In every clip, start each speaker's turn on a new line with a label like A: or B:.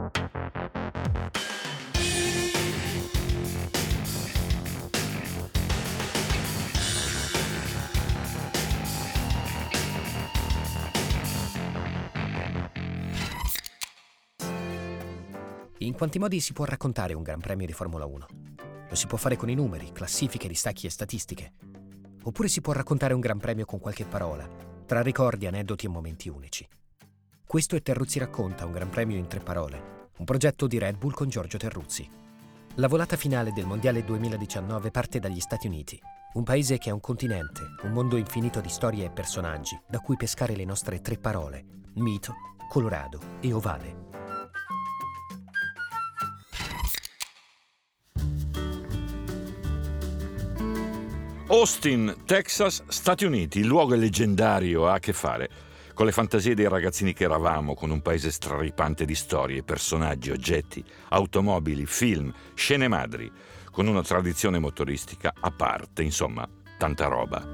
A: In quanti modi si può raccontare un Gran Premio di Formula 1? Lo si può fare con i numeri, classifiche, distacchi e statistiche. Oppure si può raccontare un Gran Premio con qualche parola, tra ricordi, aneddoti e momenti unici. Questo è Terruzzi racconta, un Gran Premio in 3 parole, un progetto di Red Bull con Giorgio Terruzzi. La volata finale del Mondiale 2019 parte dagli Stati Uniti, un paese che è un continente, un mondo infinito di storie e personaggi, da cui pescare le nostre 3 parole, mito, colorado e ovale.
B: Austin, Texas, Stati Uniti, il luogo è leggendario, ha a che fare con le fantasie dei ragazzini che eravamo, con un paese straripante di storie, personaggi, oggetti, automobili, film, scene madri, con una tradizione motoristica a parte, insomma, tanta roba.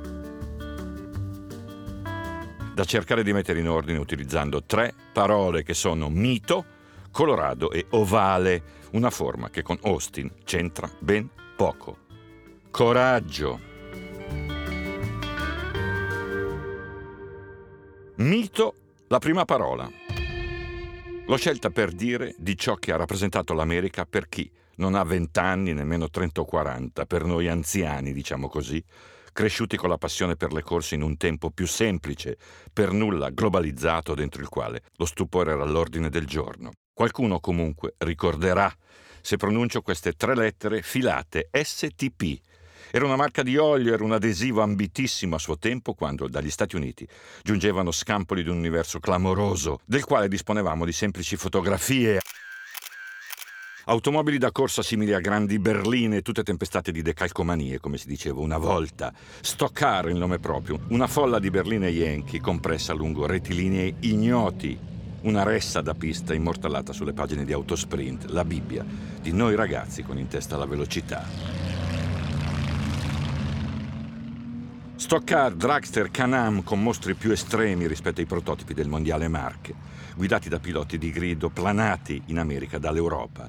B: Da cercare di mettere in ordine utilizzando 3 parole che sono mito, colorado e ovale, una forma che con Austin c'entra ben poco. Coraggio. Mito, la prima parola. L'ho scelta per dire di ciò che ha rappresentato l'America per chi non ha 20 anni, nemmeno 30 o 40, per noi anziani, diciamo così, cresciuti con la passione per le corse in un tempo più semplice, per nulla globalizzato, dentro il quale lo stupore era all'ordine del giorno. Qualcuno comunque ricorderà se pronuncio queste 3 lettere filate, STP. Era una marca di olio, era un adesivo ambitissimo a suo tempo quando dagli Stati Uniti giungevano scampoli di un universo clamoroso, del quale disponevamo di semplici fotografie. Automobili da corsa simili a grandi berline, tutte tempestate di decalcomanie, come si diceva una volta. Stock car, il nome proprio, una folla di berline Yankee compressa lungo rettilinei ignoti. Una ressa da pista immortalata sulle pagine di Autosprint, la Bibbia di noi ragazzi con in testa la velocità. Stock car, dragster, Can-Am con mostri più estremi rispetto ai prototipi del mondiale Marche, guidati da piloti di grido planati in America dall'Europa.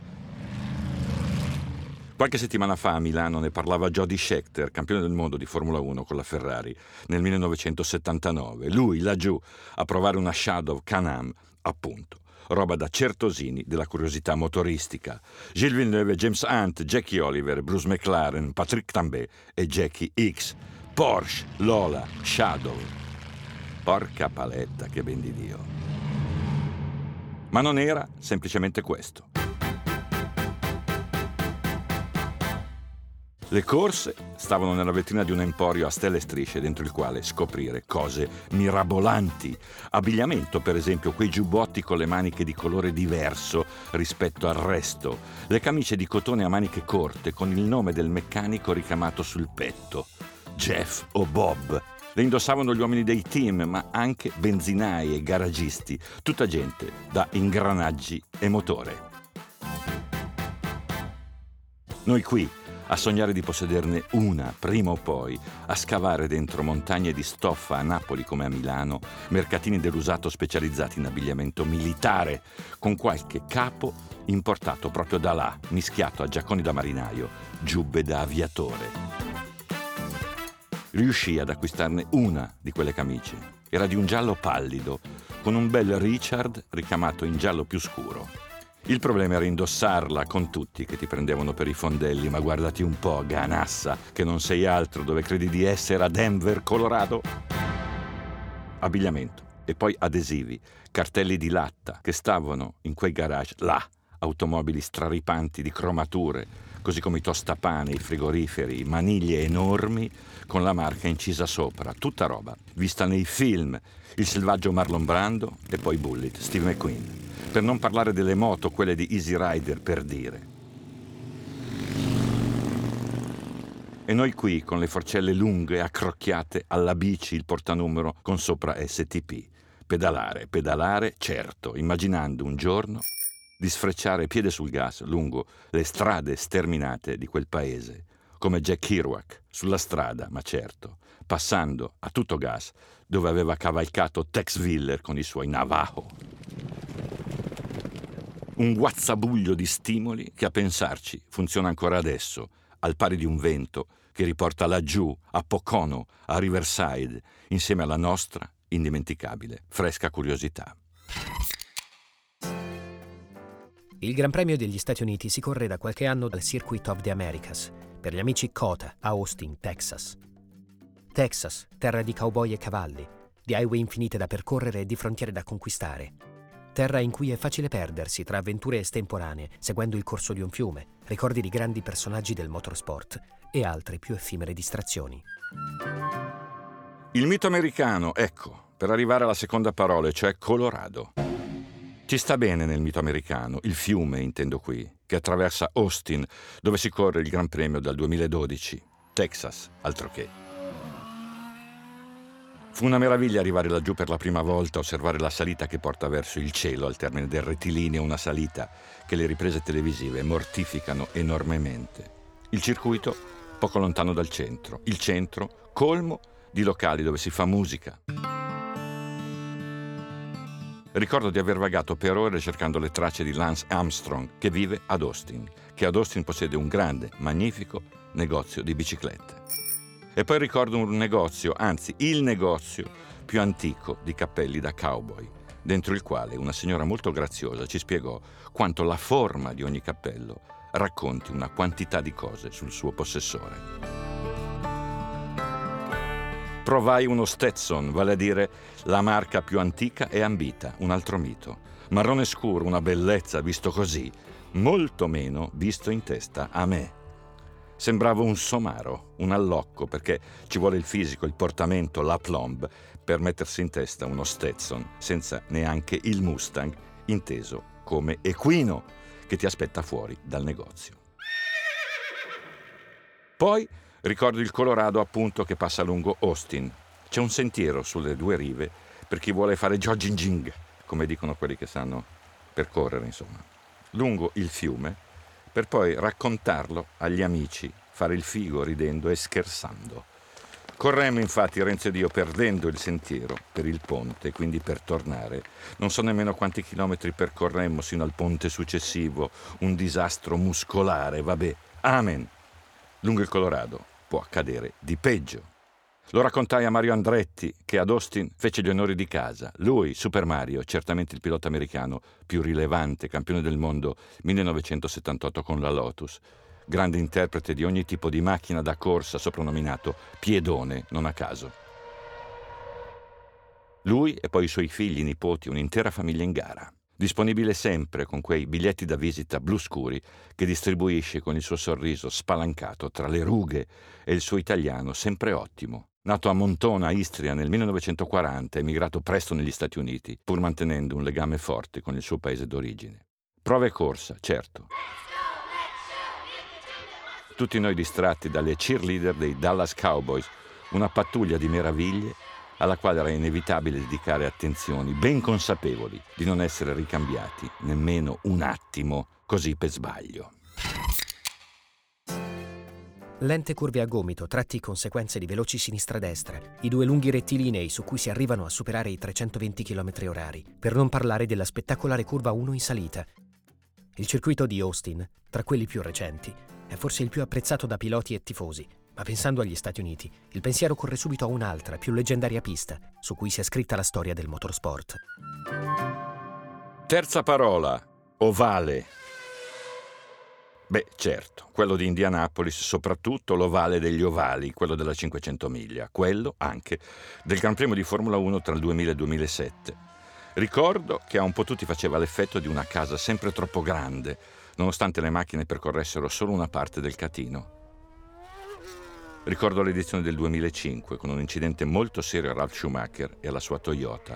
B: Qualche settimana fa a Milano ne parlava Jody Scheckter, campione del mondo di Formula 1 con la Ferrari nel 1979. Lui, laggiù, a provare una Shadow Can-Am, appunto. Roba da certosini della curiosità motoristica. Gilles Villeneuve, James Hunt, Jackie Oliver, Bruce McLaren, Patrick Tambay e Jackie X. Porsche, Lola, Shadow. Porca paletta, che ben di Dio. Ma non era semplicemente questo. Le corse stavano nella vetrina di un emporio a stelle e strisce dentro il quale scoprire cose mirabolanti. Abbigliamento, per esempio, quei giubbotti con le maniche di colore diverso rispetto al resto. Le camicie di cotone a maniche corte con il nome del meccanico ricamato sul petto. Jeff o Bob. Le indossavano gli uomini dei team, ma anche benzinai e garagisti, tutta gente da ingranaggi e motore. Noi qui, a sognare di possederne una prima o poi, a scavare dentro montagne di stoffa a Napoli come a Milano, mercatini dell'usato specializzati in abbigliamento militare, con qualche capo importato proprio da là, mischiato a giacconi da marinaio, giubbe da aviatore. Riuscì ad acquistarne una di quelle camicie. Era di un giallo pallido, con un bel Richard ricamato in giallo più scuro. Il problema era indossarla con tutti che ti prendevano per i fondelli, ma guardati un po', ganassa, che non sei altro dove credi di essere, a Denver, Colorado. Abbigliamento e poi adesivi, cartelli di latta che stavano in quei garage là, automobili straripanti di cromature, così come i tostapane, i frigoriferi, maniglie enormi con la marca incisa sopra, tutta roba vista nei film, il selvaggio Marlon Brando e poi Bullitt, Steve McQueen. Per non parlare delle moto, quelle di Easy Rider, per dire. E noi qui, con le forcelle lunghe, accrocchiate alla bici, il portanumero con sopra STP. Pedalare, certo, immaginando un giorno di sfrecciare piede sul gas lungo le strade sterminate di quel paese, come Jack Kerouac, sulla strada, ma certo, passando a tutto gas dove aveva cavalcato Tex Willer con i suoi Navajo. Un guazzabuglio di stimoli che a pensarci funziona ancora adesso, al pari di un vento che riporta laggiù, a Pocono, a Riverside, insieme alla nostra indimenticabile, fresca curiosità.
A: Il Gran Premio degli Stati Uniti si corre da qualche anno dal Circuit of the Americas, per gli amici COTA, a Austin, Texas. Texas, terra di cowboy e cavalli, di highway infinite da percorrere e di frontiere da conquistare. Terra in cui è facile perdersi tra avventure estemporanee, seguendo il corso di un fiume, ricordi di grandi personaggi del motorsport e altre più effimere distrazioni.
B: Il mito americano, ecco, per arrivare alla seconda parola, cioè Colorado. Ci sta bene nel mito americano, il fiume, intendo qui, che attraversa Austin, dove si corre il Gran Premio dal 2012. Texas, altro che. Fu una meraviglia arrivare laggiù per la prima volta, osservare la salita che porta verso il cielo al termine del rettilineo, una salita che le riprese televisive mortificano enormemente. Il circuito poco lontano dal centro, il centro colmo di locali dove si fa musica. Ricordo di aver vagato per ore cercando le tracce di Lance Armstrong, che vive ad Austin, che ad Austin possiede un grande, magnifico negozio di biciclette. E poi ricordo un negozio, anzi il negozio più antico di cappelli da cowboy, dentro il quale una signora molto graziosa ci spiegò quanto la forma di ogni cappello racconti una quantità di cose sul suo possessore. Provai uno Stetson, vale a dire la marca più antica e ambita, un altro mito. Marrone scuro, una bellezza visto così, molto meno visto in testa a me. Sembrava un somaro, un allocco, perché ci vuole il fisico, il portamento, la plomb per mettersi in testa uno Stetson, senza neanche il Mustang, inteso come equino, che ti aspetta fuori dal negozio. Poi ricordo il Colorado, appunto, che passa lungo Austin. C'è un sentiero sulle due rive per chi vuole fare jogging, come dicono quelli che sanno percorrere, insomma, lungo il fiume, per poi raccontarlo agli amici, fare il figo ridendo e scherzando. Corremmo infatti Renzo ed io perdendo il sentiero per il ponte, quindi per tornare. Non so nemmeno quanti chilometri percorremmo sino al ponte successivo, un disastro muscolare, vabbè, amen. Lungo il Colorado può accadere di peggio. Lo raccontai a Mario Andretti, che ad Austin fece gli onori di casa. Lui, Super Mario, certamente il pilota americano più rilevante, campione del mondo 1978 con la Lotus, grande interprete di ogni tipo di macchina da corsa, soprannominato Piedone, non a caso. Lui e poi i suoi figli, nipoti, un'intera famiglia in gara. Disponibile sempre con quei biglietti da visita blu scuri che distribuisce con il suo sorriso spalancato tra le rughe e il suo italiano sempre ottimo. Nato a Montona, Istria, nel 1940, emigrato presto negli Stati Uniti, pur mantenendo un legame forte con il suo paese d'origine. Prova e corsa, certo. Tutti noi distratti dalle cheerleader dei Dallas Cowboys, una pattuglia di meraviglie alla quale era inevitabile dedicare attenzioni, ben consapevoli di non essere ricambiati nemmeno un attimo, così per sbaglio.
A: Lente curve a gomito, tratti conseguenze di veloci sinistra-destra, i due lunghi rettilinei su cui si arrivano a superare i 320 km/h, per non parlare della spettacolare curva 1 in salita. Il circuito di Austin, tra quelli più recenti, è forse il più apprezzato da piloti e tifosi, ma pensando agli Stati Uniti, il pensiero corre subito a un'altra, più leggendaria pista, su cui si è scritta la storia del motorsport.
B: Terza parola, ovale. Beh, certo, quello di Indianapolis, soprattutto l'ovale degli ovali, quello della 500 miglia, quello anche del Gran Premio di Formula 1 tra il 2000 e il 2007. Ricordo che a un po' tutti faceva l'effetto di una casa sempre troppo grande, nonostante le macchine percorressero solo una parte del catino. Ricordo l'edizione del 2005 con un incidente molto serio a Ralf Schumacher e alla sua Toyota.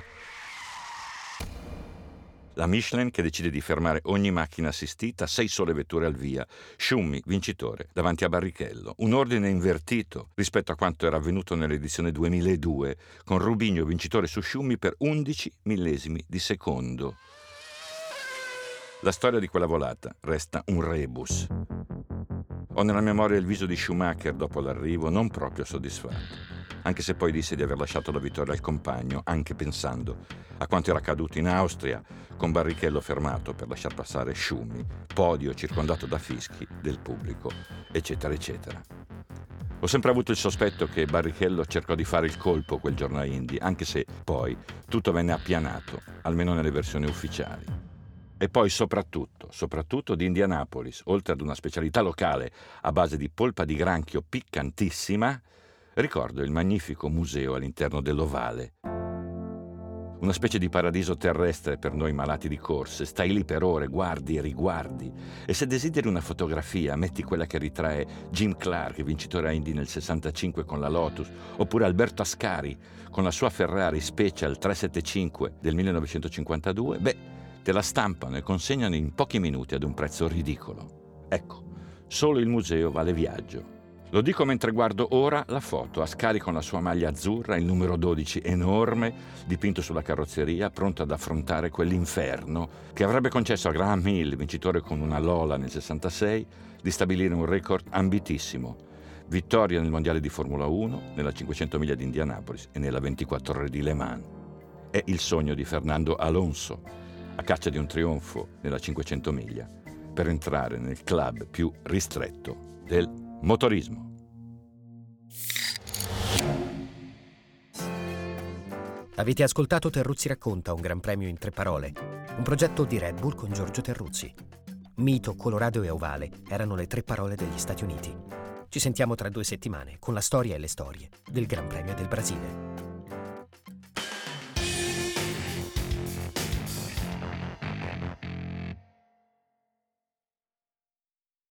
B: La Michelin che decide di fermare ogni macchina assistita, 6 sole vetture al via. Schumi, vincitore, davanti a Barrichello. Un ordine invertito rispetto a quanto era avvenuto nell'edizione 2002, con Rubinho vincitore su Schumi per 11 millesimi di secondo. La storia di quella volata resta un rebus. Ho nella memoria il viso di Schumacher dopo l'arrivo, non proprio soddisfatto. anche se poi disse di aver lasciato la vittoria al compagno, anche pensando a quanto era accaduto in Austria, con Barrichello fermato per lasciar passare Schumi, podio circondato da fischi del pubblico, eccetera, eccetera. Ho sempre avuto il sospetto che Barrichello cercò di fare il colpo quel giorno a Indy, anche se poi tutto venne appianato, almeno nelle versioni ufficiali. E poi soprattutto di Indianapolis, oltre ad una specialità locale a base di polpa di granchio piccantissima, ricordo il magnifico museo all'interno dell'Ovale. Una specie di paradiso terrestre per noi malati di corse. Stai lì per ore, guardi e riguardi. E se desideri una fotografia, metti quella che ritrae Jim Clark, vincitore a Indy nel 65 con la Lotus, oppure Alberto Ascari con la sua Ferrari Special 375 del 1952, te la stampano e consegnano in pochi minuti ad un prezzo ridicolo. Ecco, solo il museo vale viaggio. Lo dico mentre guardo ora la foto, Ascari con la sua maglia azzurra, il numero 12 enorme, dipinto sulla carrozzeria, pronto ad affrontare quell'inferno che avrebbe concesso a Graham Hill, vincitore con una Lola nel 66, di stabilire un record ambitissimo. Vittoria nel mondiale di Formula 1, nella 500 miglia di Indianapolis e nella 24 ore di Le Mans. È il sogno di Fernando Alonso, a caccia di un trionfo nella 500 miglia, per entrare nel club più ristretto del motorismo.
A: Avete ascoltato Terruzzi racconta, un gran premio in 3 parole, un progetto di Red Bull con Giorgio Terruzzi. Mito, Colorado e Ovale erano le 3 parole degli Stati Uniti. Ci sentiamo tra 2 settimane con la storia e le storie del Gran Premio del Brasile.